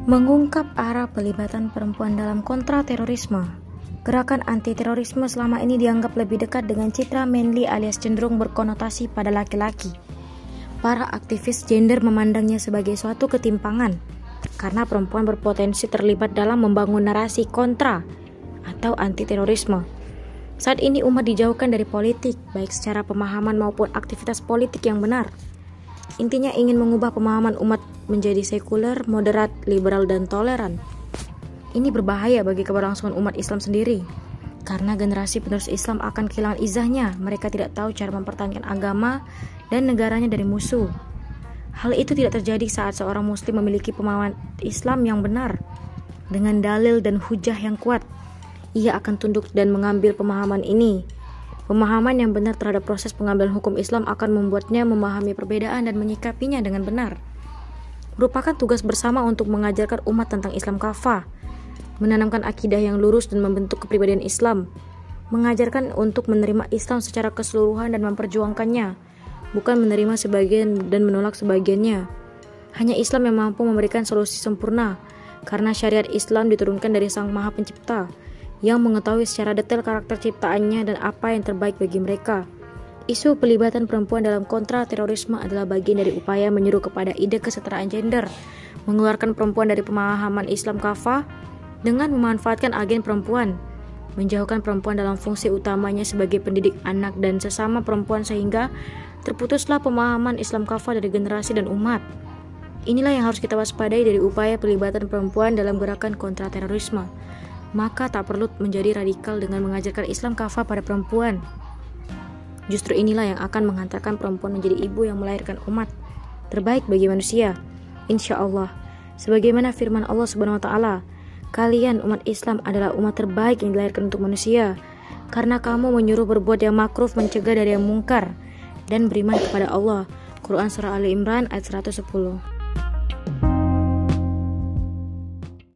Mengungkap arah pelibatan perempuan dalam kontraterorisme. Gerakan anti-terorisme selama ini dianggap lebih dekat dengan citra manly alias cenderung berkonotasi pada laki-laki. Para aktivis gender memandangnya sebagai suatu ketimpangan karena perempuan berpotensi terlibat dalam membangun narasi kontra atau anti-terorisme. Saat ini umat dijauhkan dari politik, baik secara pemahaman maupun aktivitas politik yang benar. Intinya ingin mengubah pemahaman umat menjadi sekuler, moderat, liberal, dan toleran. Ini berbahaya bagi keberlangsungan umat Islam sendiri, karena generasi penerus Islam akan kehilangan izahnya. Mereka tidak tahu cara mempertahankan agama dan negaranya dari musuh. Hal itu tidak terjadi saat seorang muslim memiliki pemahaman Islam yang benar. Dengan dalil dan hujah yang kuat, ia akan tunduk dan mengambil pemahaman ini. Pemahaman yang benar terhadap proses pengambilan hukum Islam akan membuatnya memahami perbedaan dan menyikapinya dengan benar. Merupakan tugas bersama untuk mengajarkan umat tentang Islam kafah, menanamkan akidah yang lurus dan membentuk kepribadian Islam, mengajarkan untuk menerima Islam secara keseluruhan dan memperjuangkannya, bukan menerima sebagian dan menolak sebagiannya. Hanya Islam yang mampu memberikan solusi sempurna, karena syariat Islam diturunkan dari Sang Maha Pencipta, yang mengetahui secara detail karakter ciptaannya dan apa yang terbaik bagi mereka. Isu pelibatan perempuan dalam kontra-terorisme adalah bagian dari upaya menyeru kepada ide kesetaraan gender, mengeluarkan perempuan dari pemahaman Islam kafah dengan memanfaatkan agen perempuan, menjauhkan perempuan dalam fungsi utamanya sebagai pendidik anak dan sesama perempuan sehingga terputuslah pemahaman Islam kafah dari generasi dan umat. Inilah yang harus kita waspadai dari upaya pelibatan perempuan dalam gerakan kontra-terorisme. Maka tak perlu menjadi radikal dengan mengajarkan Islam kafah pada perempuan. Justru inilah yang akan menghantarkan perempuan menjadi ibu yang melahirkan umat terbaik bagi manusia, insya Allah. Sebagaimana firman Allah Subhanahu Wa Taala, kalian umat Islam adalah umat terbaik yang dilahirkan untuk manusia, karena kamu menyuruh berbuat yang makruf, mencegah dari yang mungkar, dan beriman kepada Allah. Quran Surah Ali Imran ayat 110.